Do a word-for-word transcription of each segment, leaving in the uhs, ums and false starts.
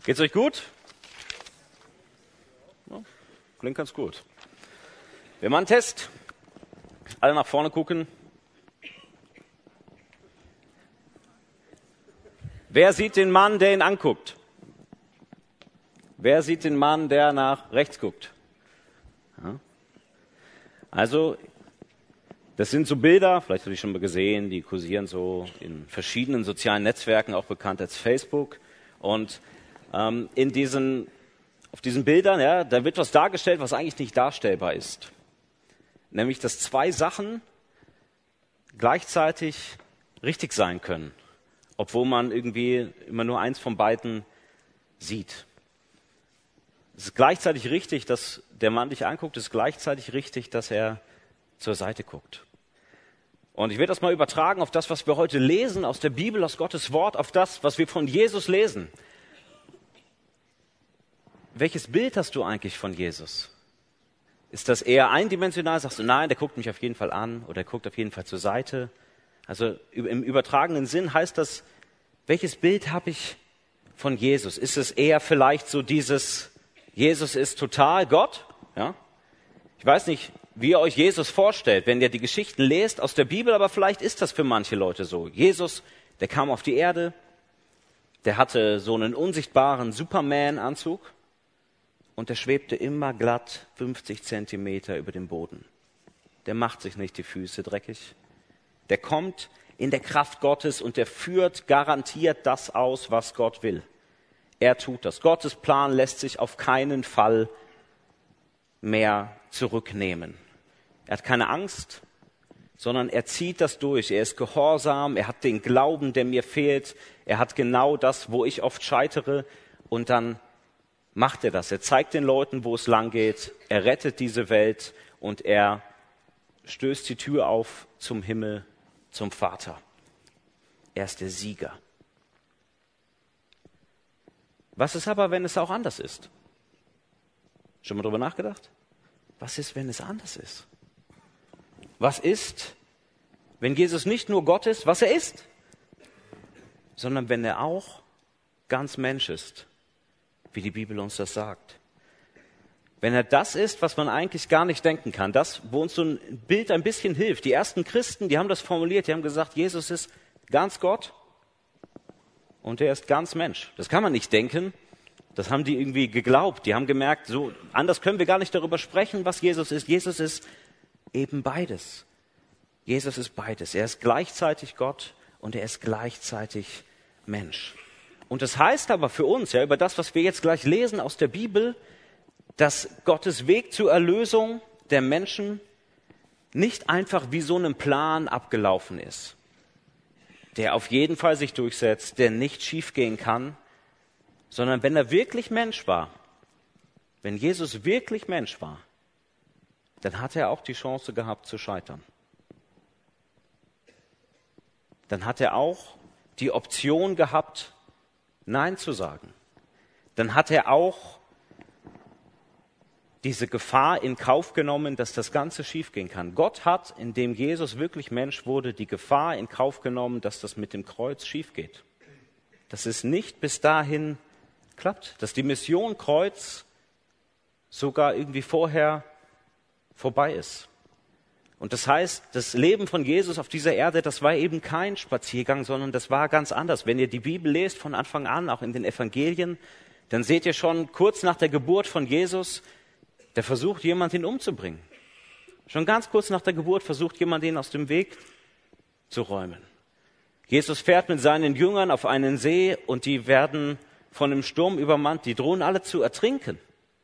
Geht's euch gut? Ja, klingt ganz gut. Wir machen einen Test. Alle nach vorne gucken. Wer sieht den Mann, der ihn anguckt? Wer sieht den Mann, der nach rechts guckt? Ja. Also, das sind so Bilder, vielleicht habt ihr schon mal gesehen, die kursieren so in verschiedenen sozialen Netzwerken, auch bekannt als Facebook. Und ähm, in diesen, auf diesen Bildern, ja, da wird was dargestellt, was eigentlich nicht darstellbar ist. Nämlich, dass zwei Sachen gleichzeitig richtig sein können, obwohl man irgendwie immer nur eins von beiden sieht. Es ist gleichzeitig richtig, dass der Mann dich anguckt, es ist gleichzeitig richtig, dass er zur Seite guckt. Und ich werde das mal übertragen auf das, was wir heute lesen aus der Bibel, aus Gottes Wort, auf das, was wir von Jesus lesen. Welches Bild hast du eigentlich von Jesus? Ist das eher eindimensional? Sagst du, nein, der guckt mich auf jeden Fall an oder der guckt auf jeden Fall zur Seite? Also im übertragenen Sinn heißt das, welches Bild habe ich von Jesus? Ist es eher vielleicht so dieses, Jesus ist total Gott? Ja? Ich weiß nicht, wie ihr euch Jesus vorstellt, wenn ihr die Geschichten lest aus der Bibel, aber vielleicht ist das für manche Leute so. Jesus, der kam auf die Erde, der hatte so einen unsichtbaren Superman-Anzug und der schwebte immer glatt fünfzig Zentimeter über dem Boden. Der macht sich nicht die Füße dreckig. Der kommt in der Kraft Gottes und der führt garantiert das aus, was Gott will. Er tut das. Gottes Plan lässt sich auf keinen Fall mehr zurücknehmen. Er hat keine Angst, sondern er zieht das durch. Er ist gehorsam, er hat den Glauben, der mir fehlt. Er hat genau das, wo ich oft scheitere. Und dann macht er das. Er zeigt den Leuten, wo es lang geht. Er rettet diese Welt und er stößt die Tür auf zum Himmel, zum Vater. Er ist der Sieger. Was ist aber, wenn es auch anders ist? Schon mal drüber nachgedacht? Was ist, wenn es anders ist? Was ist, wenn Jesus nicht nur Gott ist, was er ist, sondern wenn er auch ganz Mensch ist, wie die Bibel uns das sagt? Wenn er das ist, was man eigentlich gar nicht denken kann, das, wo uns so ein Bild ein bisschen hilft. Die ersten Christen, die haben das formuliert, die haben gesagt, Jesus ist ganz Gott und er ist ganz Mensch. Das kann man nicht denken, das haben die irgendwie geglaubt. Die haben gemerkt, so anders können wir gar nicht darüber sprechen, was Jesus ist. Jesus ist eben beides. Jesus ist beides. Er ist gleichzeitig Gott und er ist gleichzeitig Mensch. Und das heißt aber für uns, ja, über das, was wir jetzt gleich lesen aus der Bibel, dass Gottes Weg zur Erlösung der Menschen nicht einfach wie so einem Plan abgelaufen ist, der auf jeden Fall sich durchsetzt, der nicht schiefgehen kann, sondern wenn er wirklich Mensch war, wenn Jesus wirklich Mensch war, dann hat er auch die Chance gehabt zu scheitern. Dann hat er auch die Option gehabt, Nein zu sagen. Dann hat er auch diese Gefahr in Kauf genommen, dass das Ganze schiefgehen kann. Gott hat, indem Jesus wirklich Mensch wurde, die Gefahr in Kauf genommen, dass das mit dem Kreuz schiefgeht. Dass es nicht bis dahin klappt, dass die Mission Kreuz sogar irgendwie vorher vorbei ist. Und das heißt, das Leben von Jesus auf dieser Erde, das war eben kein Spaziergang, sondern das war ganz anders. Wenn ihr die Bibel lest von Anfang an, auch in den Evangelien, dann seht ihr schon kurz nach der Geburt von Jesus, der versucht, jemand ihn umzubringen. Schon ganz kurz nach der Geburt versucht jemand, ihn aus dem Weg zu räumen. Jesus fährt mit seinen Jüngern auf einen See und die werden von einem Sturm übermannt. Die drohen alle zu ertrinken.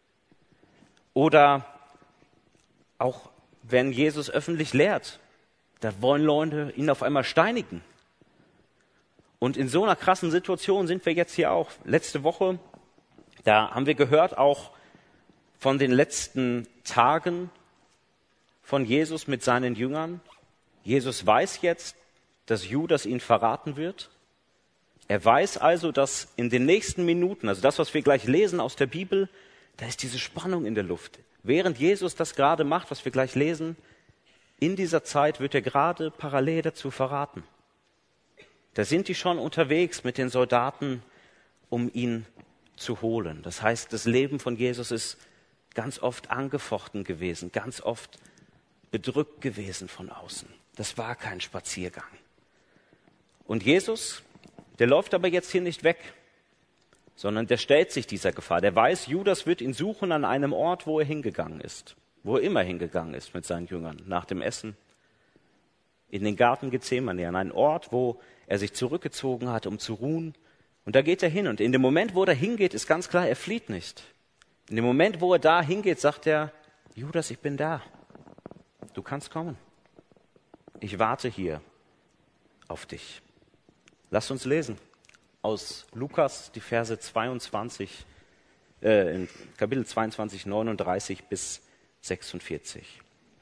Oder auch wenn Jesus öffentlich lehrt, da wollen Leute ihn auf einmal steinigen. Und in so einer krassen Situation sind wir jetzt hier auch. Letzte Woche, da haben wir gehört auch von den letzten Tagen von Jesus mit seinen Jüngern. Jesus weiß jetzt, dass Judas ihn verraten wird. Er weiß also, dass in den nächsten Minuten, also das, was wir gleich lesen aus der Bibel, da ist diese Spannung in der Luft. Während Jesus das gerade macht, was wir gleich lesen, in dieser Zeit wird er gerade parallel dazu verraten. Da sind die schon unterwegs mit den Soldaten, um ihn zu holen. Das heißt, das Leben von Jesus ist ganz oft angefochten gewesen, ganz oft bedrückt gewesen von außen. Das war kein Spaziergang. Und Jesus, der läuft aber jetzt hier nicht weg, sondern der stellt sich dieser Gefahr. Der weiß, Judas wird ihn suchen an einem Ort, wo er hingegangen ist, wo er immer hingegangen ist mit seinen Jüngern, nach dem Essen, in den Garten Gethsemane, an einen Ort, wo er sich zurückgezogen hat, um zu ruhen. Und da geht er hin. Und in dem Moment, wo er hingeht, ist ganz klar, er flieht nicht. In dem Moment, wo er da hingeht, sagt er, Judas, ich bin da. Du kannst kommen. Ich warte hier auf dich. Lass uns lesen aus Lukas, die Verse zweiundzwanzig, äh, in Kapitel zweiundzwanzig, neununddreißig bis sechsundvierzig.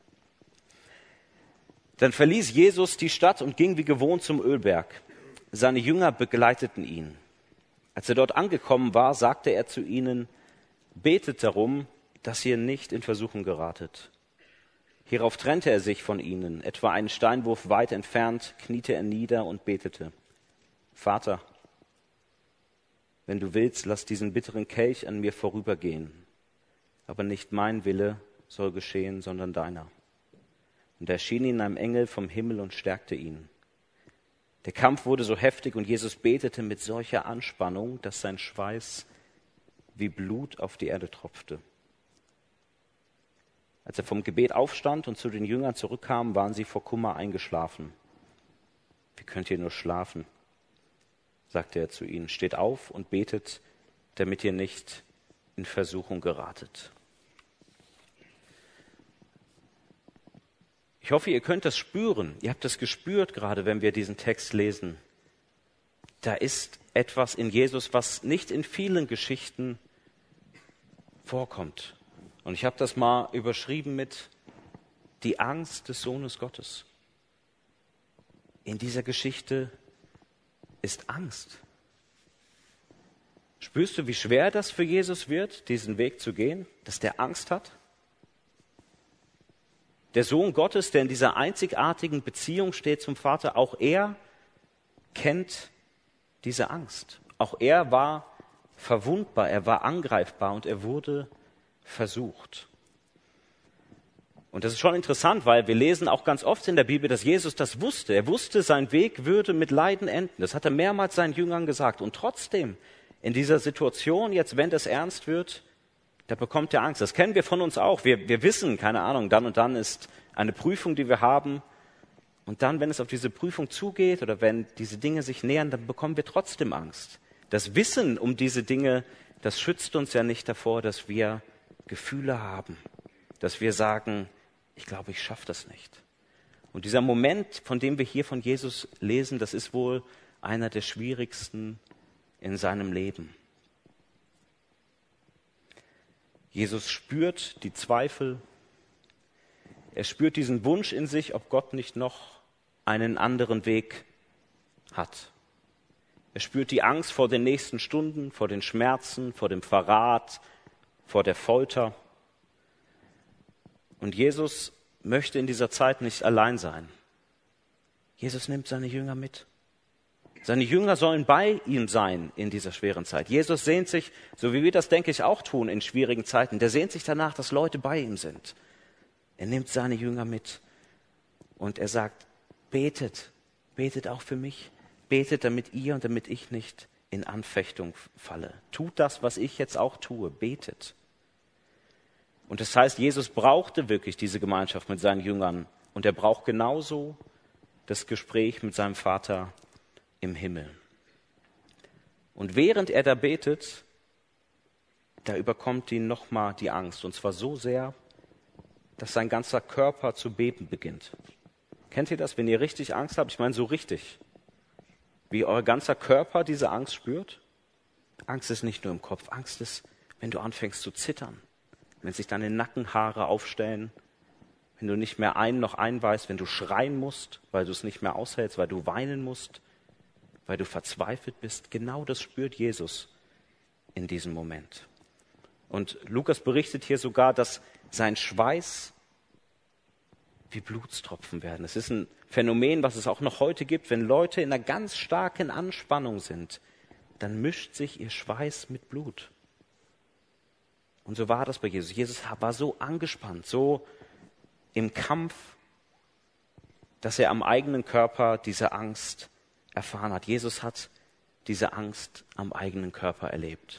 Dann verließ Jesus die Stadt und ging wie gewohnt zum Ölberg. Seine Jünger begleiteten ihn. Als er dort angekommen war, sagte er zu ihnen, betet darum, dass ihr nicht in Versuchung geratet. Hierauf trennte er sich von ihnen, etwa einen Steinwurf weit entfernt, kniete er nieder und betete. Vater, wenn du willst, lass diesen bitteren Kelch an mir vorübergehen. Aber nicht mein Wille soll geschehen, sondern deiner. Und da erschien ihm ein Engel vom Himmel und stärkte ihn. Der Kampf wurde so heftig und Jesus betete mit solcher Anspannung, dass sein Schweiß wie Blut auf die Erde tropfte. Als er vom Gebet aufstand und zu den Jüngern zurückkam, waren sie vor Kummer eingeschlafen. Wie könnt ihr nur schlafen? Sagte er zu ihnen. Steht auf und betet, damit ihr nicht in Versuchung geratet. Ich hoffe, ihr könnt das spüren. Ihr habt das gespürt, gerade wenn wir diesen Text lesen. Da ist etwas in Jesus, was nicht in vielen Geschichten vorkommt. Und ich habe das mal überschrieben mit die Angst des Sohnes Gottes. In dieser Geschichte ist Angst. Spürst du, wie schwer das für Jesus wird, diesen Weg zu gehen, dass der Angst hat? Der Sohn Gottes, der in dieser einzigartigen Beziehung steht zum Vater, auch er kennt diese Angst. Auch er war verwundbar, er war angreifbar und er wurde versucht. Und das ist schon interessant, weil wir lesen auch ganz oft in der Bibel, dass Jesus das wusste. Er wusste, sein Weg würde mit Leiden enden. Das hat er mehrmals seinen Jüngern gesagt. Und trotzdem, in dieser Situation, jetzt wenn es ernst wird, da bekommt er Angst. Das kennen wir von uns auch. Wir, wir wissen, keine Ahnung, dann und dann ist eine Prüfung, die wir haben. Und dann, wenn es auf diese Prüfung zugeht oder wenn diese Dinge sich nähern, dann bekommen wir trotzdem Angst. Das Wissen um diese Dinge, das schützt uns ja nicht davor, dass wir Gefühle haben, dass wir sagen, ich glaube, ich schaffe das nicht. Und dieser Moment, von dem wir hier von Jesus lesen, das ist wohl einer der schwierigsten in seinem Leben. Jesus spürt die Zweifel, er spürt diesen Wunsch in sich, ob Gott nicht noch einen anderen Weg hat. Er spürt die Angst vor den nächsten Stunden, vor den Schmerzen, vor dem Verrat, vor der Folter. Und Jesus möchte in dieser Zeit nicht allein sein. Jesus nimmt seine Jünger mit. Seine Jünger sollen bei ihm sein in dieser schweren Zeit. Jesus sehnt sich, so wie wir das, denke ich, auch tun in schwierigen Zeiten, der sehnt sich danach, dass Leute bei ihm sind. Er nimmt seine Jünger mit und er sagt, betet, betet auch für mich, betet, damit ihr und damit ich nicht in Anfechtung falle. Tut das, was ich jetzt auch tue, betet. Und das heißt, Jesus brauchte wirklich diese Gemeinschaft mit seinen Jüngern und er braucht genauso das Gespräch mit seinem Vater im Himmel. Und während er da betet, da überkommt ihn nochmal die Angst. Und zwar so sehr, dass sein ganzer Körper zu beben beginnt. Kennt ihr das, wenn ihr richtig Angst habt? Ich meine so richtig. Wie euer ganzer Körper diese Angst spürt? Angst ist nicht nur im Kopf. Angst ist, wenn du anfängst zu zittern. Wenn sich deine Nackenhaare aufstellen. Wenn du nicht mehr ein noch ein weißt. Wenn du schreien musst, weil du es nicht mehr aushältst. Weil du weinen musst. Weil du verzweifelt bist. Genau das spürt Jesus in diesem Moment. Und Lukas berichtet hier sogar, dass sein Schweiß wie Blutstropfen werden. Es ist ein Phänomen, was es auch noch heute gibt, wenn Leute in einer ganz starken Anspannung sind, dann mischt sich ihr Schweiß mit Blut. Und so war das bei Jesus. Jesus war so angespannt, so im Kampf, dass er am eigenen Körper diese Angst erfahren hat. Jesus hat diese Angst am eigenen Körper erlebt.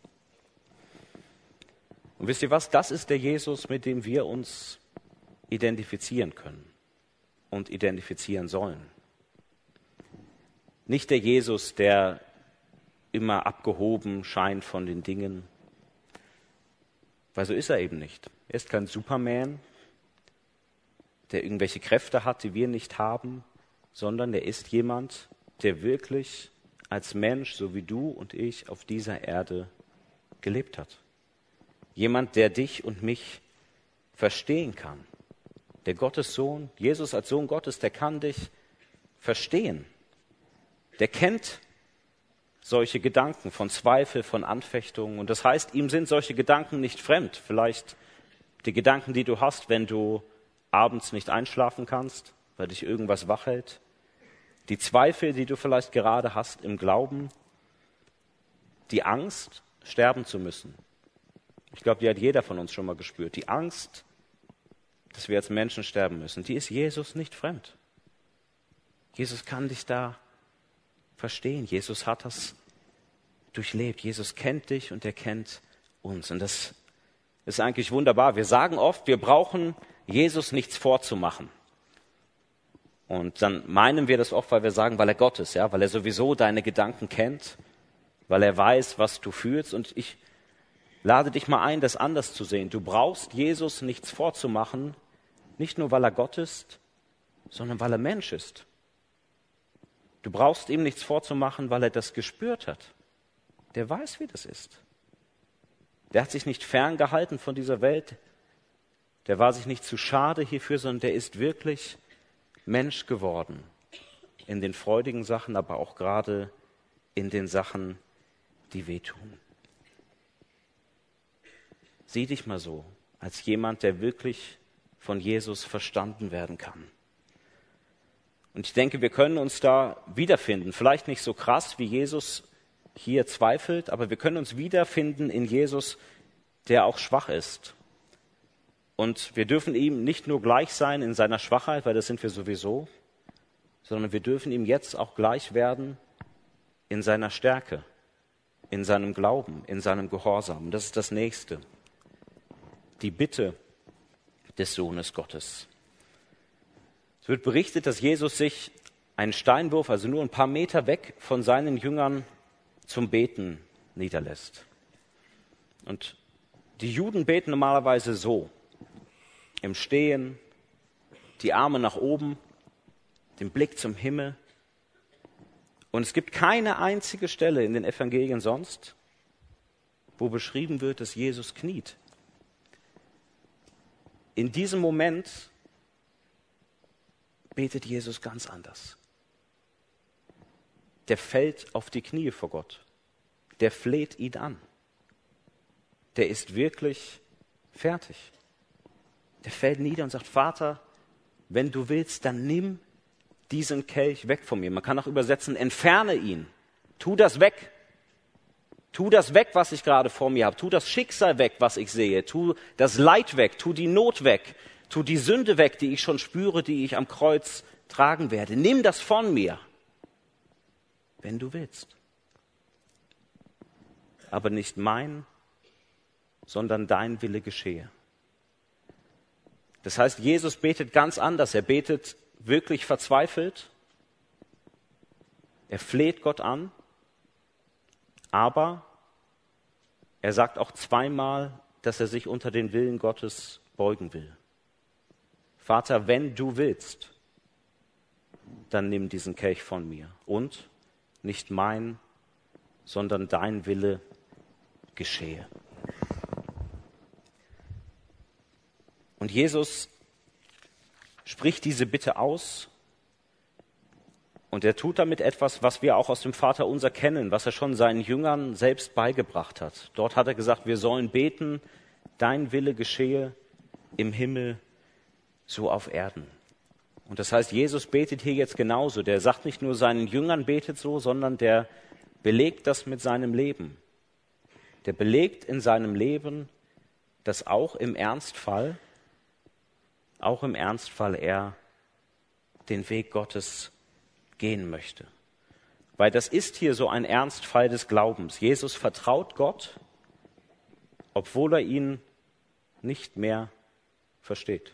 Und wisst ihr was? Das ist der Jesus, mit dem wir uns identifizieren können und identifizieren sollen. Nicht der Jesus, der immer abgehoben scheint von den Dingen, weil so ist er eben nicht. Er ist kein Superman, der irgendwelche Kräfte hat, die wir nicht haben, sondern er ist jemand, der wirklich als Mensch, so wie du und ich, auf dieser Erde gelebt hat. Jemand, der dich und mich verstehen kann. Der Gottessohn, Jesus als Sohn Gottes, der kann dich verstehen. Der kennt solche Gedanken von Zweifel, von Anfechtungen. Und das heißt, ihm sind solche Gedanken nicht fremd. Vielleicht die Gedanken, die du hast, wenn du abends nicht einschlafen kannst, weil dich irgendwas wach hält. Die Zweifel, die du vielleicht gerade hast im Glauben. Die Angst, sterben zu müssen. Ich glaube, die hat jeder von uns schon mal gespürt. Die Angst, dass wir als Menschen sterben müssen, die ist Jesus nicht fremd. Jesus kann dich da verstehen. Jesus hat das durchlebt. Jesus kennt dich und er kennt uns. Und das ist eigentlich wunderbar. Wir sagen oft, wir brauchen Jesus nichts vorzumachen. Und dann meinen wir das oft, weil wir sagen, weil er Gott ist, ja, weil er sowieso deine Gedanken kennt, weil er weiß, was du fühlst. Und ich lade dich mal ein, das anders zu sehen. Du brauchst Jesus nichts vorzumachen, nicht nur, weil er Gott ist, sondern weil er Mensch ist. Du brauchst ihm nichts vorzumachen, weil er das gespürt hat. Der weiß, wie das ist. Der hat sich nicht ferngehalten von dieser Welt. Der war sich nicht zu schade hierfür, sondern der ist wirklich Mensch geworden. In den freudigen Sachen, aber auch gerade in den Sachen, die wehtun. Sieh dich mal so, als jemand, der wirklich von Jesus verstanden werden kann. Und ich denke, wir können uns da wiederfinden. Vielleicht nicht so krass, wie Jesus hier zweifelt, aber wir können uns wiederfinden in Jesus, der auch schwach ist. Und wir dürfen ihm nicht nur gleich sein in seiner Schwachheit, weil das sind wir sowieso, sondern wir dürfen ihm jetzt auch gleich werden in seiner Stärke, in seinem Glauben, in seinem Gehorsam. Das ist das Nächste. Die Bitte des Sohnes Gottes. Es wird berichtet, dass Jesus sich einen Steinwurf, also nur ein paar Meter weg von seinen Jüngern zum Beten niederlässt. Und die Juden beten normalerweise so, im Stehen, die Arme nach oben, den Blick zum Himmel. Und es gibt keine einzige Stelle in den Evangelien sonst, wo beschrieben wird, dass Jesus kniet. In diesem Moment betet Jesus ganz anders. Der fällt auf die Knie vor Gott. Der fleht ihn an. Der ist wirklich fertig. Der fällt nieder und sagt, Vater, wenn du willst, dann nimm diesen Kelch weg von mir. Man kann auch übersetzen, entferne ihn. Tu das weg. Tu das weg, was ich gerade vor mir habe. Tu das Schicksal weg, was ich sehe. Tu das Leid weg. Tu die Not weg. Tu die Sünde weg, die ich schon spüre, die ich am Kreuz tragen werde. Nimm das von mir, wenn du willst. Aber nicht mein, sondern dein Wille geschehe. Das heißt, Jesus betet ganz anders. Er betet wirklich verzweifelt. Er fleht Gott an. Aber er sagt auch zweimal, dass er sich unter den Willen Gottes beugen will. Vater, wenn du willst, dann nimm diesen Kelch von mir. Und nicht mein, sondern dein Wille geschehe. Und Jesus spricht diese Bitte aus und er tut damit etwas, was wir auch aus dem Vaterunser kennen, was er schon seinen Jüngern selbst beigebracht hat. Dort hat er gesagt, wir sollen beten, dein Wille geschehe im Himmel, so auf Erden. Und das heißt, Jesus betet hier jetzt genauso. Der sagt nicht nur seinen Jüngern betet so, sondern der belegt das mit seinem Leben. Der belegt in seinem Leben, dass auch im Ernstfall, auch im Ernstfall er den Weg Gottes gehen möchte. Weil das ist hier so ein Ernstfall des Glaubens. Jesus vertraut Gott, obwohl er ihn nicht mehr versteht.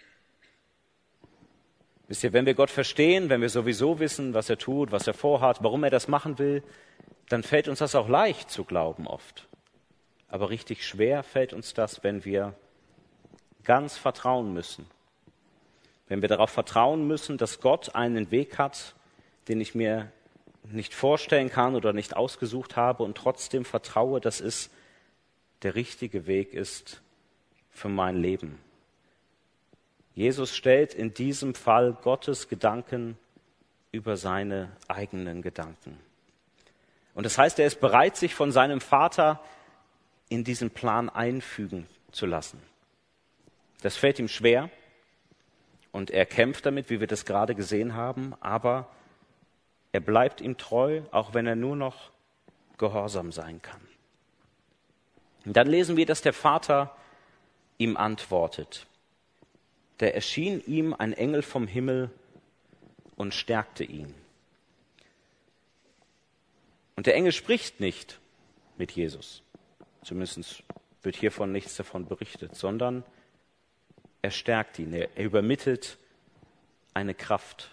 Wisst ihr, wenn wir Gott verstehen, wenn wir sowieso wissen, was er tut, was er vorhat, warum er das machen will, dann fällt uns das auch leicht zu glauben oft. Aber richtig schwer fällt uns das, wenn wir ganz vertrauen müssen. Wenn wir darauf vertrauen müssen, dass Gott einen Weg hat, den ich mir nicht vorstellen kann oder nicht ausgesucht habe und trotzdem vertraue, dass es der richtige Weg ist für mein Leben. Jesus stellt in diesem Fall Gottes Gedanken über seine eigenen Gedanken. Und das heißt, er ist bereit, sich von seinem Vater in diesen Plan einfügen zu lassen. Das fällt ihm schwer und er kämpft damit, wie wir das gerade gesehen haben, aber er bleibt ihm treu, auch wenn er nur noch gehorsam sein kann. Und dann lesen wir, dass der Vater ihm antwortet. Da erschien ihm ein Engel vom Himmel und stärkte ihn. Und der Engel spricht nicht mit Jesus. Zumindest wird hiervon nichts davon berichtet, sondern er stärkt ihn. Er übermittelt eine Kraft.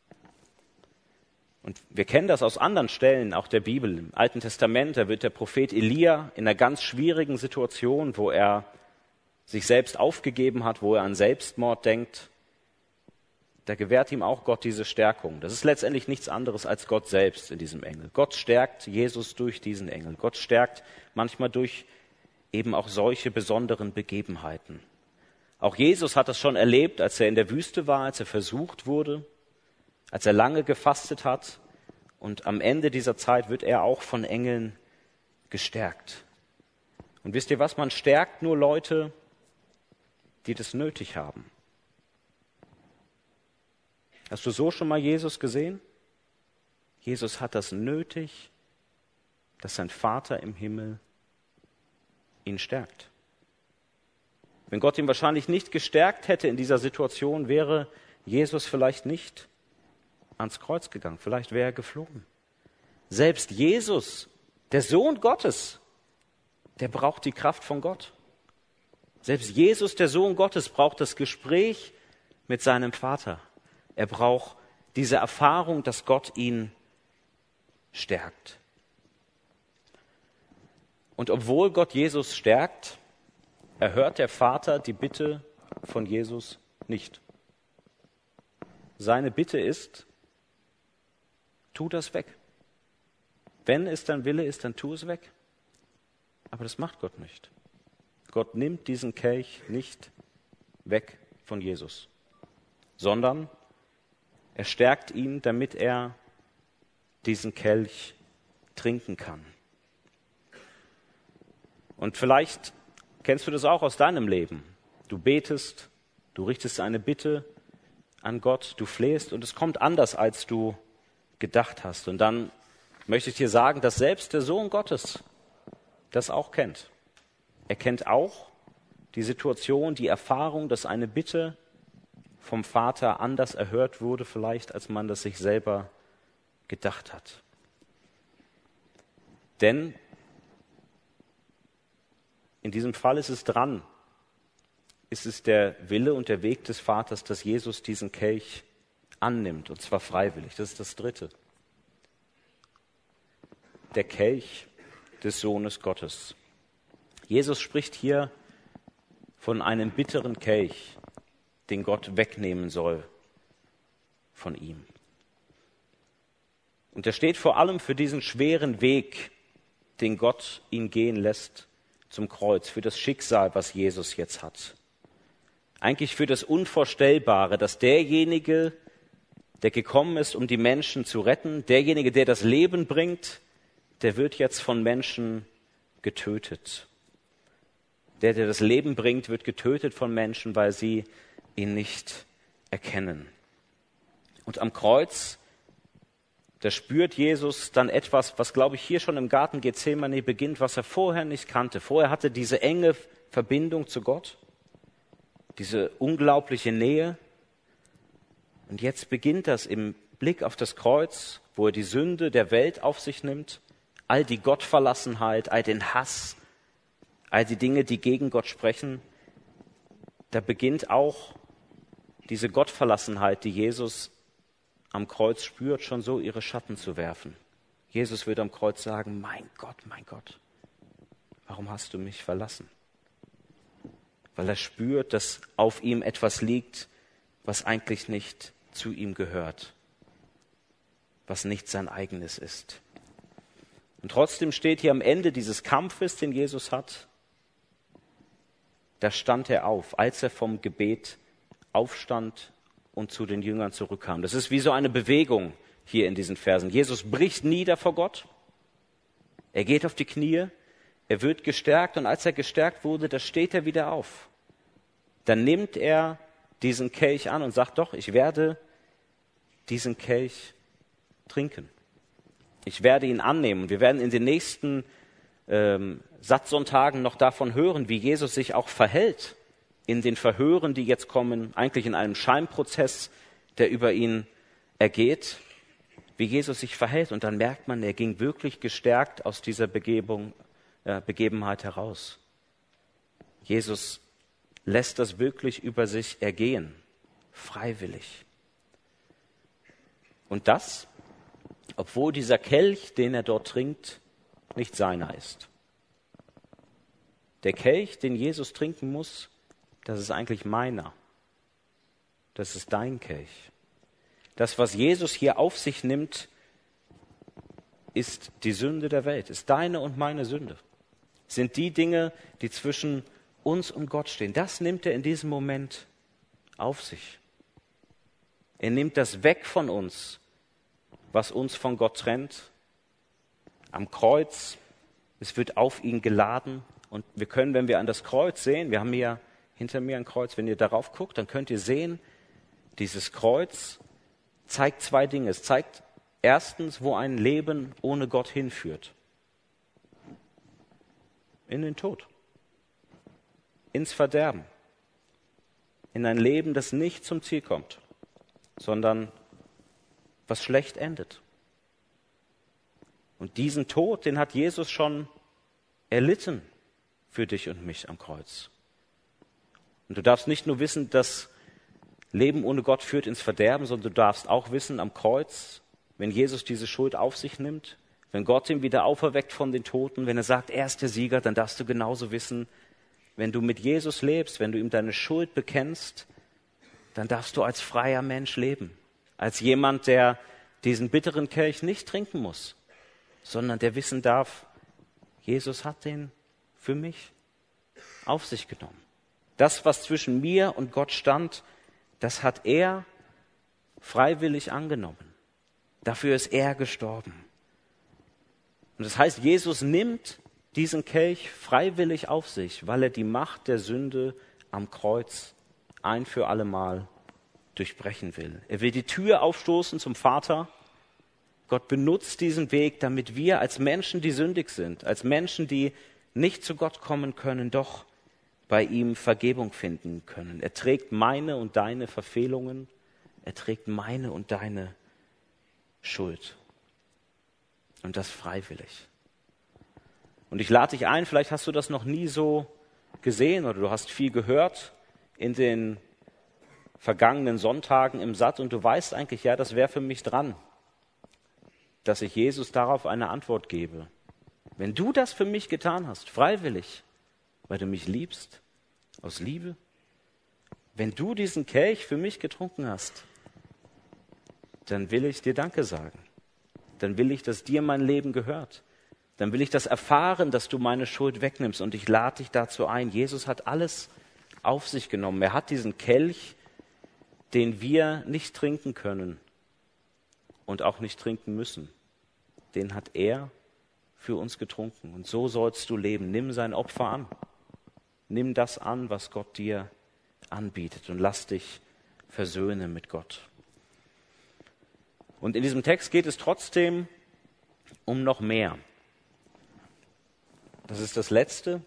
Und wir kennen das aus anderen Stellen, auch der Bibel. Im Alten Testament, da wird der Prophet Elia in einer ganz schwierigen Situation, wo er sich selbst aufgegeben hat, wo er an Selbstmord denkt, da gewährt ihm auch Gott diese Stärkung. Das ist letztendlich nichts anderes als Gott selbst in diesem Engel. Gott stärkt Jesus durch diesen Engel. Gott stärkt manchmal durch eben auch solche besonderen Begebenheiten. Auch Jesus hat das schon erlebt, als er in der Wüste war, als er versucht wurde, als er lange gefastet hat. Und am Ende dieser Zeit wird er auch von Engeln gestärkt. Und wisst ihr was? Man stärkt nur Leute, die das nötig haben. Hast du so schon mal Jesus gesehen? Jesus hat das nötig, dass sein Vater im Himmel ihn stärkt. Wenn Gott ihn wahrscheinlich nicht gestärkt hätte in dieser Situation, wäre Jesus vielleicht nicht ans Kreuz gegangen. Vielleicht wäre er geflohen. Selbst Jesus, der Sohn Gottes, der braucht die Kraft von Gott. Selbst Jesus, der Sohn Gottes, braucht das Gespräch mit seinem Vater. Er braucht diese Erfahrung, dass Gott ihn stärkt. Und obwohl Gott Jesus stärkt, erhört der Vater die Bitte von Jesus nicht. Seine Bitte ist, tu das weg. Wenn es dein Wille ist, dann tu es weg. Aber das macht Gott nicht. Gott nimmt diesen Kelch nicht weg von Jesus, sondern er stärkt ihn, damit er diesen Kelch trinken kann. Und vielleicht kennst du das auch aus deinem Leben. Du betest, du richtest eine Bitte an Gott, du flehst und es kommt anders, als du gedacht hast. Und dann möchte ich dir sagen, dass selbst der Sohn Gottes das auch kennt. Er kennt auch die Situation, die Erfahrung, dass eine Bitte vom Vater anders erhört wurde, vielleicht als man das sich selber gedacht hat. Denn in diesem Fall ist es dran, ist es der Wille und der Weg des Vaters, dass Jesus diesen Kelch annimmt, und zwar freiwillig. Das ist das Dritte. Der Kelch des Sohnes Gottes. Jesus spricht hier von einem bitteren Kelch, den Gott wegnehmen soll von ihm. Und er steht vor allem für diesen schweren Weg, den Gott ihn gehen lässt zum Kreuz, für das Schicksal, was Jesus jetzt hat. Eigentlich für das Unvorstellbare, dass derjenige, der gekommen ist, um die Menschen zu retten, derjenige, der das Leben bringt, der wird jetzt von Menschen getötet. Der, der das Leben bringt, wird getötet von Menschen, weil sie ihn nicht erkennen. Und am Kreuz Da spürt Jesus dann etwas, was, glaube ich, hier schon im Garten Gethsemane beginnt, was er vorher nicht kannte. Vorher hatte diese enge Verbindung zu Gott, diese unglaubliche Nähe. Und jetzt beginnt das im Blick auf das Kreuz, wo er die Sünde der Welt auf sich nimmt, all die Gottverlassenheit, all den Hass, all die Dinge, die gegen Gott sprechen. Da beginnt auch diese Gottverlassenheit, die Jesus am Kreuz spürt, schon so ihre Schatten zu werfen. Jesus wird am Kreuz sagen, mein Gott, mein Gott, warum hast du mich verlassen? Weil er spürt, dass auf ihm etwas liegt, was eigentlich nicht zu ihm gehört, was nicht sein eigenes ist. Und trotzdem steht hier am Ende dieses Kampfes, den Jesus hat, da stand er auf, als er vom Gebet aufstand und zu den Jüngern zurückkam. Das ist wie so eine Bewegung hier in diesen Versen. Jesus bricht nieder vor Gott, er geht auf die Knie, er wird gestärkt und als er gestärkt wurde, da steht er wieder auf. Dann nimmt er diesen Kelch an und sagt, doch, ich werde diesen Kelch trinken. Ich werde ihn annehmen. Wir werden in den nächsten ähm, Sattsonntagen noch davon hören, wie Jesus sich auch verhält in den Verhören, die jetzt kommen, eigentlich in einem Scheinprozess, der über ihn ergeht, wie Jesus sich verhält. Und dann merkt man, er ging wirklich gestärkt aus dieser Begebung, äh, Begebenheit heraus. Jesus lässt das wirklich über sich ergehen, freiwillig. Und das, obwohl dieser Kelch, den er dort trinkt, nicht seiner ist. Der Kelch, den Jesus trinken muss, das ist eigentlich meiner. Das ist dein Kelch. Das, was Jesus hier auf sich nimmt, ist die Sünde der Welt, ist deine und meine Sünde. Sind die Dinge, die zwischen uns und Gott stehen. Das nimmt er in diesem Moment auf sich. Er nimmt das weg von uns, was uns von Gott trennt. Am Kreuz, es wird auf ihn geladen. Und wir können, wenn wir an das Kreuz sehen, wir haben hier hinter mir ein Kreuz, wenn ihr darauf guckt, dann könnt ihr sehen, dieses Kreuz zeigt zwei Dinge. Es zeigt erstens, wo ein Leben ohne Gott hinführt. In den Tod. Ins Verderben. In ein Leben, das nicht zum Ziel kommt, sondern was schlecht endet. Und diesen Tod, den hat Jesus schon erlitten für dich und mich am Kreuz. Und du darfst nicht nur wissen, dass Leben ohne Gott führt ins Verderben, sondern du darfst auch wissen, am Kreuz, wenn Jesus diese Schuld auf sich nimmt, wenn Gott ihn wieder auferweckt von den Toten, wenn er sagt, er ist der Sieger, dann darfst du genauso wissen, wenn du mit Jesus lebst, wenn du ihm deine Schuld bekennst, dann darfst du als freier Mensch leben. Als jemand, der diesen bitteren Kelch nicht trinken muss, sondern der wissen darf, Jesus hat den für mich auf sich genommen. Das, was zwischen mir und Gott stand, das hat er freiwillig angenommen. Dafür ist er gestorben. Und das heißt, Jesus nimmt diesen Kelch freiwillig auf sich, weil er die Macht der Sünde am Kreuz ein für allemal durchbrechen will. Er will die Tür aufstoßen zum Vater. Gott benutzt diesen Weg, damit wir als Menschen, die sündig sind, als Menschen, die nicht zu Gott kommen können, doch bei ihm Vergebung finden können. Er trägt meine und deine Verfehlungen. Er trägt meine und deine Schuld. Und das freiwillig. Und ich lade dich ein, vielleicht hast du das noch nie so gesehen oder du hast viel gehört in den vergangenen Sonntagen im Satt und du weißt eigentlich, ja, das wäre für mich dran, dass ich Jesus darauf eine Antwort gebe. Wenn du das für mich getan hast, freiwillig, weil du mich liebst, aus Liebe, wenn du diesen Kelch für mich getrunken hast, dann will ich dir Danke sagen. Dann will ich, dass dir mein Leben gehört. Dann will ich das erfahren, dass du meine Schuld wegnimmst. Und ich lade dich dazu ein. Jesus hat alles auf sich genommen. Er hat diesen Kelch, den wir nicht trinken können und auch nicht trinken müssen, den hat er für uns getrunken. Und so sollst du leben. Nimm sein Opfer an. Nimm das an, was Gott dir anbietet und lass dich versöhnen mit Gott. Und in diesem Text geht es trotzdem um noch mehr. Das ist das Letzte.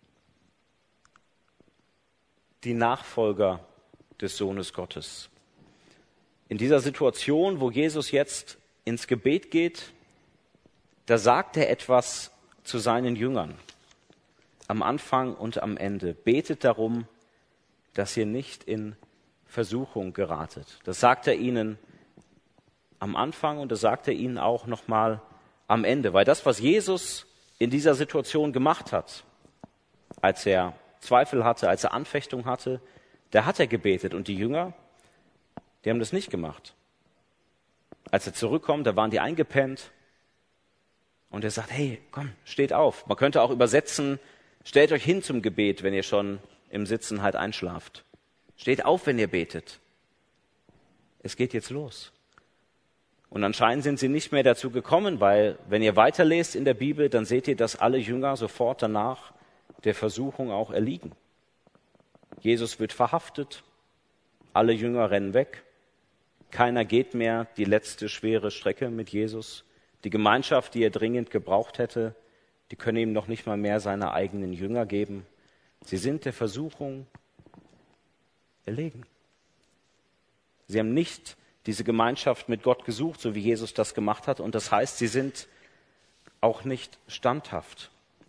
Die Nachfolger des Sohnes Gottes. In dieser Situation, wo Jesus jetzt ins Gebet geht, da sagt er etwas zu seinen Jüngern. Am Anfang und am Ende. Betet darum, dass ihr nicht in Versuchung geratet. Das sagt er ihnen am Anfang und das sagt er ihnen auch nochmal am Ende. Weil das, was Jesus in dieser Situation gemacht hat, als er Zweifel hatte, als er Anfechtung hatte, da hat er gebetet. Und die Jünger, die haben das nicht gemacht. Als er zurückkommt, da waren die eingepennt. Und er sagt, hey, komm, steht auf. Man könnte auch übersetzen, stellt euch hin zum Gebet, wenn ihr schon im Sitzen halt einschlaft. Steht auf, wenn ihr betet. Es geht jetzt los. Und anscheinend sind sie nicht mehr dazu gekommen, weil wenn ihr weiterlest in der Bibel, dann seht ihr, dass alle Jünger sofort danach der Versuchung auch erliegen. Jesus wird verhaftet, alle Jünger rennen weg, keiner geht mehr die letzte schwere Strecke mit Jesus. Die Gemeinschaft, die er dringend gebraucht hätte, die können ihm noch nicht mal mehr seine eigenen Jünger geben. Sie sind der Versuchung erlegen. Sie haben nicht diese Gemeinschaft mit Gott gesucht, so wie Jesus das gemacht hat. Und das heißt, sie sind auch nicht standhaft.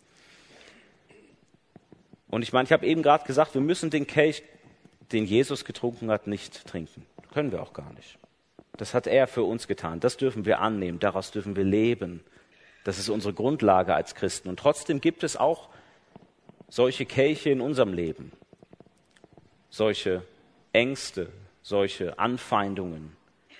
Und ich meine, ich habe eben gerade gesagt, wir müssen den Kelch, den Jesus getrunken hat, nicht trinken. Können wir auch gar nicht. Das hat er für uns getan. Das dürfen wir annehmen. Daraus dürfen wir leben. Das ist unsere Grundlage als Christen. Und trotzdem gibt es auch solche Kelche in unserem Leben. Solche Ängste, solche Anfeindungen.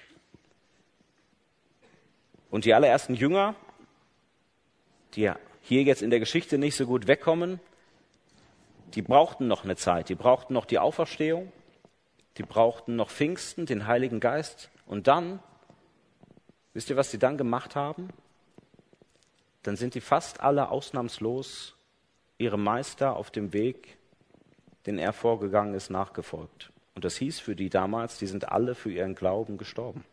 Und die allerersten Jünger, die hier jetzt in der Geschichte nicht so gut wegkommen, die brauchten noch eine Zeit. Die brauchten noch die Auferstehung. Die brauchten noch Pfingsten, den Heiligen Geist. Und dann, wisst ihr, was sie dann gemacht haben? Dann sind die fast alle ausnahmslos ihrem Meister auf dem Weg, den er vorgegangen ist, nachgefolgt. Und das hieß für die damals, die sind alle für ihren Glauben gestorben.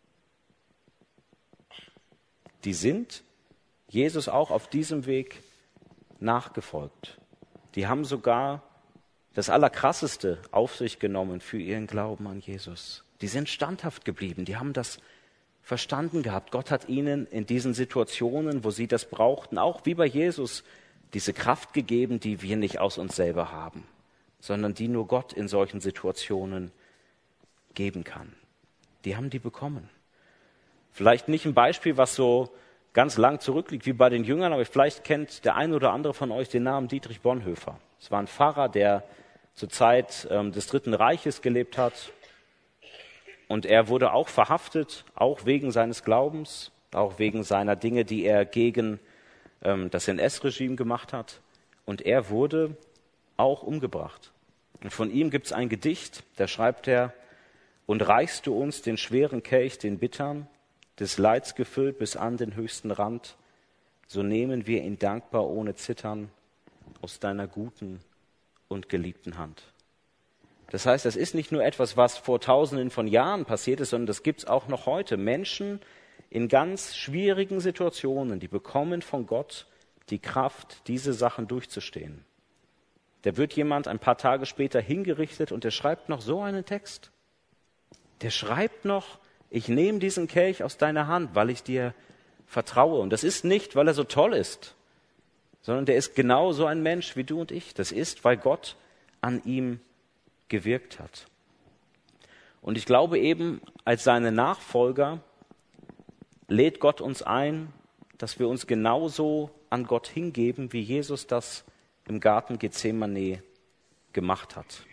Die sind Jesus auch auf diesem Weg nachgefolgt. Die haben sogar das Allerkrasseste auf sich genommen für ihren Glauben an Jesus. Die sind standhaft geblieben, die haben das verstanden gehabt. Gott hat ihnen in diesen Situationen, wo sie das brauchten, auch wie bei Jesus, diese Kraft gegeben, die wir nicht aus uns selber haben, sondern die nur Gott in solchen Situationen geben kann. Die haben die bekommen. Vielleicht nicht ein Beispiel, was so ganz lang zurückliegt wie bei den Jüngern, aber vielleicht kennt der ein oder andere von euch den Namen Dietrich Bonhoeffer. Es war ein Pfarrer, der zur Zeit ähm, des Dritten Reiches gelebt hat. Und er wurde auch verhaftet, auch wegen seines Glaubens, auch wegen seiner Dinge, die er gegen ähm, das N S-Regime gemacht hat. Und er wurde auch umgebracht. Und von ihm gibt es ein Gedicht, da schreibt er, und reichst du uns den schweren Kelch, den bittern, des Leids gefüllt bis an den höchsten Rand, so nehmen wir ihn dankbar ohne Zittern aus deiner guten und geliebten Hand. Das heißt, das ist nicht nur etwas, was vor Tausenden von Jahren passiert ist, sondern das gibt es auch noch heute. Menschen in ganz schwierigen Situationen, die bekommen von Gott die Kraft, diese Sachen durchzustehen. Da wird jemand ein paar Tage später hingerichtet und der schreibt noch so einen Text. Der schreibt noch, ich nehme diesen Kelch aus deiner Hand, weil ich dir vertraue. Und das ist nicht, weil er so toll ist, sondern der ist genau so ein Mensch wie du und ich. Das ist, weil Gott an ihm gewirkt hat. Und ich glaube eben, als seine Nachfolger lädt Gott uns ein, dass wir uns genauso an Gott hingeben, wie Jesus das im Garten Gethsemane gemacht hat.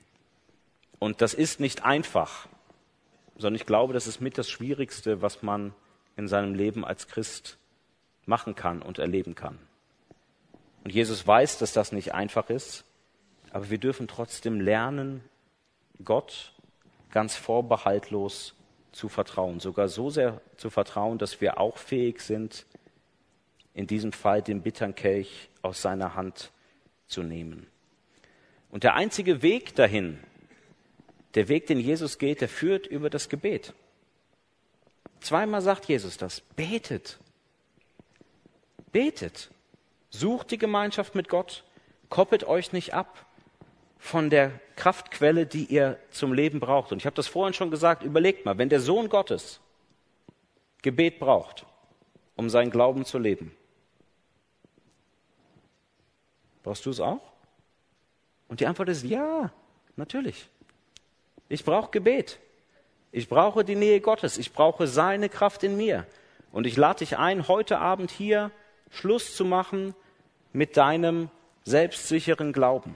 Und das ist nicht einfach, sondern ich glaube, das ist mit das Schwierigste, was man in seinem Leben als Christ machen kann und erleben kann. Und Jesus weiß, dass das nicht einfach ist, aber wir dürfen trotzdem lernen, Gott ganz vorbehaltlos zu vertrauen, sogar so sehr zu vertrauen, dass wir auch fähig sind, in diesem Fall den bitteren Kelch aus seiner Hand zu nehmen. Und der einzige Weg dahin, der Weg, den Jesus geht, der führt über das Gebet. Zweimal sagt Jesus das. Betet. Betet. Sucht die Gemeinschaft mit Gott. Koppelt euch nicht ab von der Kraftquelle, die ihr zum Leben braucht. Und ich habe das vorhin schon gesagt, überlegt mal, wenn der Sohn Gottes Gebet braucht, um seinen Glauben zu leben, brauchst du es auch? Und die Antwort ist ja, natürlich. Ich brauche Gebet. Ich brauche die Nähe Gottes. Ich brauche seine Kraft in mir. Und ich lade dich ein, heute Abend hier Schluss zu machen mit deinem selbstsicheren Glauben.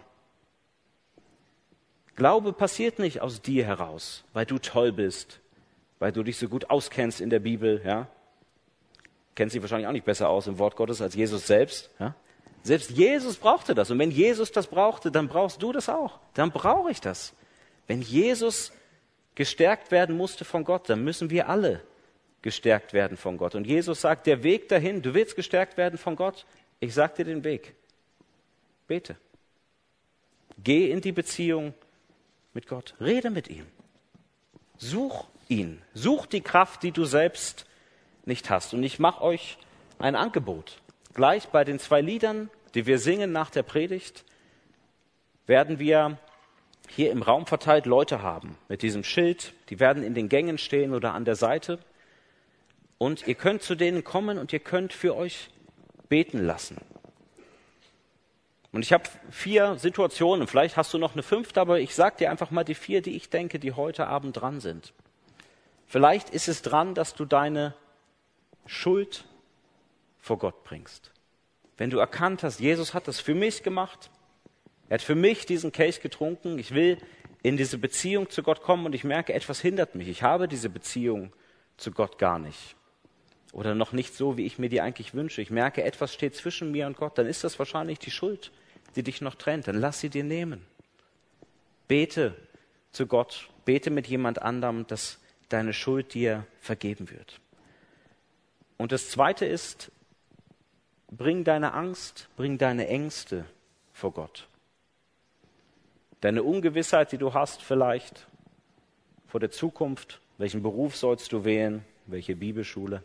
Glaube passiert nicht aus dir heraus, weil du toll bist, weil du dich so gut auskennst in der Bibel. Ja? Kennst dich wahrscheinlich auch nicht besser aus im Wort Gottes als Jesus selbst. Ja? Selbst Jesus brauchte das. Und wenn Jesus das brauchte, dann brauchst du das auch. Dann brauche ich das. Wenn Jesus gestärkt werden musste von Gott, dann müssen wir alle gestärkt werden von Gott. Und Jesus sagt, der Weg dahin, du willst gestärkt werden von Gott, ich sag dir den Weg. Bete. Geh in die Beziehung mit Gott. Rede mit ihm. Such ihn. Such die Kraft, die du selbst nicht hast. Und ich mache euch ein Angebot. Gleich bei den zwei Liedern, die wir singen nach der Predigt, werden wir hier im Raum verteilt Leute haben mit diesem Schild. Die werden in den Gängen stehen oder an der Seite. Und ihr könnt zu denen kommen und ihr könnt für euch beten lassen. Und ich habe vier Situationen, vielleicht hast du noch eine fünfte, aber ich sage dir einfach mal die vier, die ich denke, die heute Abend dran sind. Vielleicht ist es dran, dass du deine Schuld vor Gott bringst. Wenn du erkannt hast, Jesus hat das für mich gemacht, er hat für mich diesen Kelch getrunken, ich will in diese Beziehung zu Gott kommen und ich merke, etwas hindert mich. Ich habe diese Beziehung zu Gott gar nicht. Oder noch nicht so, wie ich mir die eigentlich wünsche. Ich merke, etwas steht zwischen mir und Gott. Dann ist das wahrscheinlich die Schuld, die dich noch trennt. Dann lass sie dir nehmen. Bete zu Gott. Bete mit jemand anderem, dass deine Schuld dir vergeben wird. Und das Zweite ist, bring deine Angst, bring deine Ängste vor Gott. Deine Ungewissheit, die du hast vielleicht vor der Zukunft. Welchen Beruf sollst du wählen? Welche Bibelschule?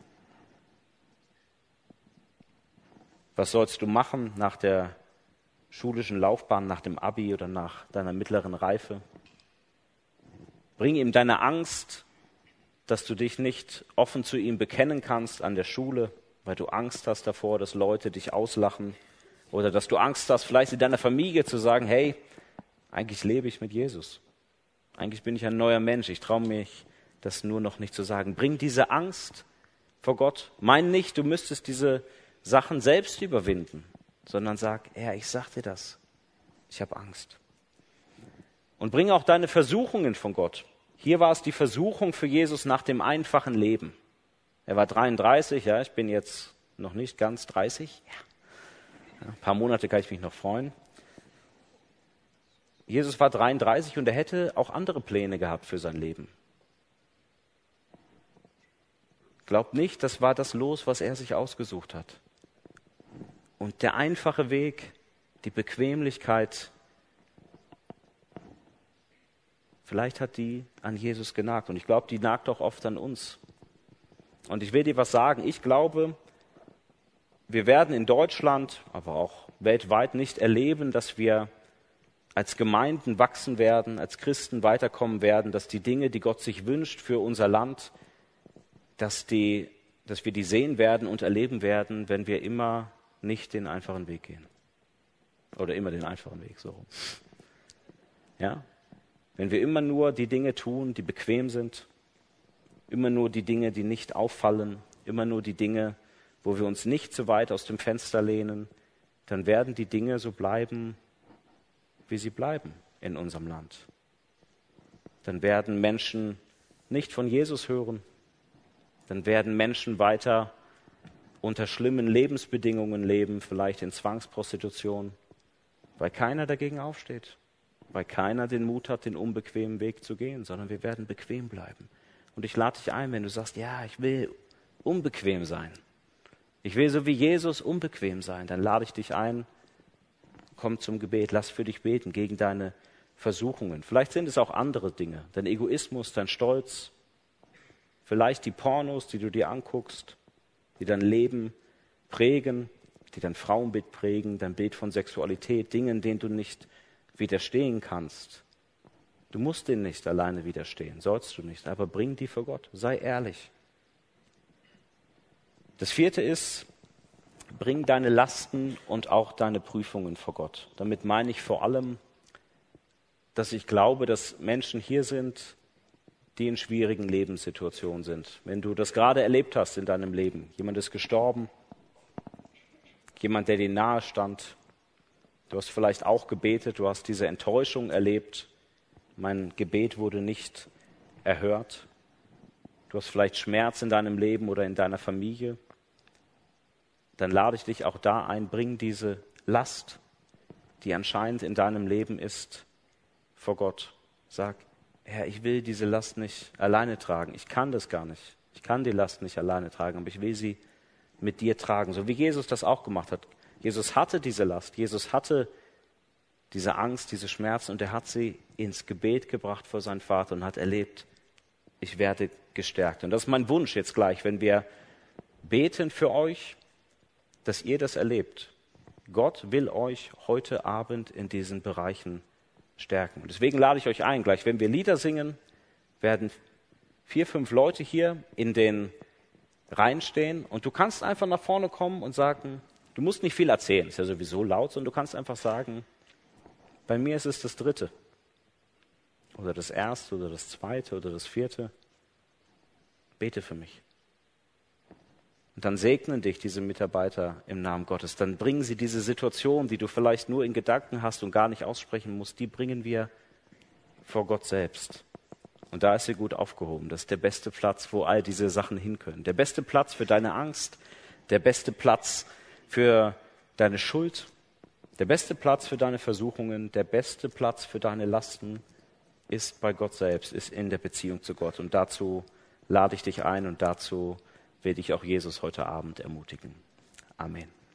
Was sollst du machen nach der schulischen Laufbahn, nach dem Abi oder nach deiner mittleren Reife? Bring ihm deine Angst, dass du dich nicht offen zu ihm bekennen kannst an der Schule, weil du Angst hast davor, dass Leute dich auslachen. Oder dass du Angst hast, vielleicht in deiner Familie zu sagen, hey, eigentlich lebe ich mit Jesus. Eigentlich bin ich ein neuer Mensch. Ich traue mich, das nur noch nicht zu sagen. Bring diese Angst vor Gott. Mein nicht, du müsstest diese Sachen selbst überwinden, sondern sag, Herr, ich sag dir das. Ich habe Angst. Und bring auch deine Versuchungen von Gott. Hier war es die Versuchung für Jesus nach dem einfachen Leben. Er war dreiunddreißig, ja, ich bin jetzt noch nicht ganz dreißig. Ja. Ja, ein paar Monate kann ich mich noch freuen. Jesus war dreiunddreißig und er hätte auch andere Pläne gehabt für sein Leben. Glaubt nicht, das war das Los, was er sich ausgesucht hat. Und der einfache Weg, die Bequemlichkeit, vielleicht hat die an Jesus genagt. Und ich glaube, die nagt auch oft an uns. Und ich will dir was sagen. Ich glaube, wir werden in Deutschland, aber auch weltweit nicht erleben, dass wir als Gemeinden wachsen werden, als Christen weiterkommen werden, dass die Dinge, die Gott sich wünscht für unser Land, dass, die, dass wir die sehen werden und erleben werden, wenn wir immer nicht den einfachen Weg gehen. Oder immer den einfachen Weg, so rum. Ja? Wenn wir immer nur die Dinge tun, die bequem sind, immer nur die Dinge, die nicht auffallen, immer nur die Dinge, wo wir uns nicht zu weit aus dem Fenster lehnen, dann werden die Dinge so bleiben, wie sie bleiben in unserem Land. Dann werden Menschen nicht von Jesus hören, dann werden Menschen weiter unter schlimmen Lebensbedingungen leben, vielleicht in Zwangsprostitution, weil keiner dagegen aufsteht, weil keiner den Mut hat, den unbequemen Weg zu gehen, sondern wir werden bequem bleiben. Und ich lade dich ein, wenn du sagst, ja, ich will unbequem sein, ich will so wie Jesus unbequem sein, dann lade ich dich ein, komm zum Gebet, lass für dich beten gegen deine Versuchungen. Vielleicht sind es auch andere Dinge, dein Egoismus, dein Stolz, Vielleicht die Pornos, die du dir anguckst, die dein Leben prägen, die dein Frauenbild prägen, dein Bild von Sexualität, Dingen, denen du nicht widerstehen kannst. Du musst denen nicht alleine widerstehen, sollst du nicht, aber bring die vor Gott, sei ehrlich. Das vierte ist, bring deine Lasten und auch deine Prüfungen vor Gott. Damit meine ich vor allem, dass ich glaube, dass Menschen hier sind, die in schwierigen Lebenssituationen sind. Wenn du das gerade erlebt hast in deinem Leben, jemand ist gestorben, jemand, der dir nahe stand, du hast vielleicht auch gebetet, du hast diese Enttäuschung erlebt, mein Gebet wurde nicht erhört, du hast vielleicht Schmerz in deinem Leben oder in deiner Familie, dann lade ich dich auch da ein, bring diese Last, die anscheinend in deinem Leben ist, vor Gott. Sag, Herr, ich will diese Last nicht alleine tragen. Ich kann das gar nicht. Ich kann die Last nicht alleine tragen, aber ich will sie mit dir tragen. So wie Jesus das auch gemacht hat. Jesus hatte diese Last. Jesus hatte diese Angst, diese Schmerzen und er hat sie ins Gebet gebracht vor seinen Vater und hat erlebt, ich werde gestärkt. Und das ist mein Wunsch jetzt gleich, wenn wir beten für euch, dass ihr das erlebt. Gott will euch heute Abend in diesen Bereichen stärken. Und deswegen lade ich euch ein, gleich wenn wir Lieder singen, werden vier, fünf Leute hier in den Reihen stehen und du kannst einfach nach vorne kommen und sagen, du musst nicht viel erzählen, ist ja sowieso laut, sondern du kannst einfach sagen, bei mir ist es das dritte oder das erste oder das zweite oder das vierte. Bete für mich. Und dann segnen dich diese Mitarbeiter im Namen Gottes. Dann bringen sie diese Situation, die du vielleicht nur in Gedanken hast und gar nicht aussprechen musst, die bringen wir vor Gott selbst. Und da ist sie gut aufgehoben. Das ist der beste Platz, wo all diese Sachen hin können. Der beste Platz für deine Angst, der beste Platz für deine Schuld, der beste Platz für deine Versuchungen, der beste Platz für deine Lasten ist bei Gott selbst, ist in der Beziehung zu Gott. Und dazu lade ich dich ein und dazu will dich auch Jesus heute Abend ermutigen. Amen.